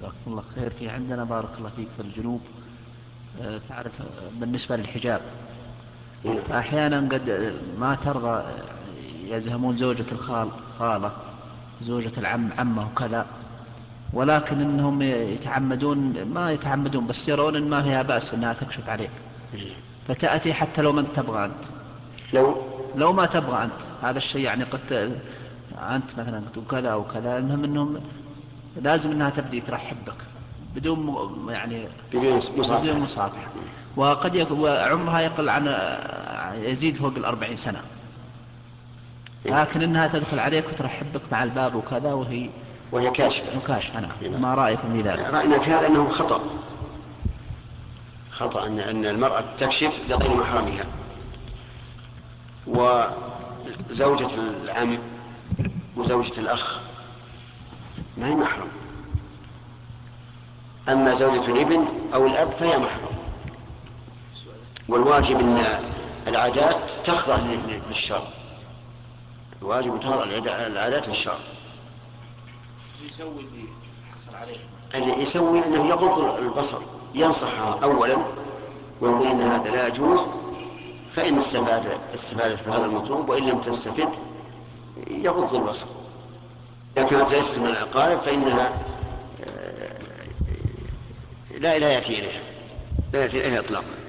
جزاكم الله خير. في عندنا بارك الله فيك في الجنوب تعرف بالنسبة للحجاب أحيانا قد ما ترضى يزهمون زوجة خالة زوجة العم عمه وكذا، ولكن إنهم يتعمدون ما يتعمدون بس يرون إن ما فيها بأس إنها تكشف عليك، فتأتي حتى لو ما تبغى أنت، لو ما تبغى أنت هذا الشيء، يعني قد أنت مثلا كذا وكذا، المهم إنهم لازم إنها تبدي ترحب بك بدون يعني بدون مصافحة، وقد عمرها يقل عن يزيد فوق 40 سنة، لكن إنها تدخل عليك وترحب بك مع الباب وكذا وهي كاشفة. نعم. ما رأيكم في ذلك؟ رأينا في هذا أنه خطأ أن المرأة تكشف لغير محرمها، وزوجة العم وزوجة الأخ ما هي محرم، أما زوجة الابن أو الأب فهي محرم. والواجب أن العادات تخضع للشرع، الواجب تخضع العادات للشرع. اللي يسوي أنه يغض البصر، ينصحها أولا ويقول إن هذا لا يجوز، فإن استفادت بهذا المطلوب، وإن لم تستفد يغض البصر. إذا كانت ليست من الأقارب فإنها لا يأتي إليها إطلاقا.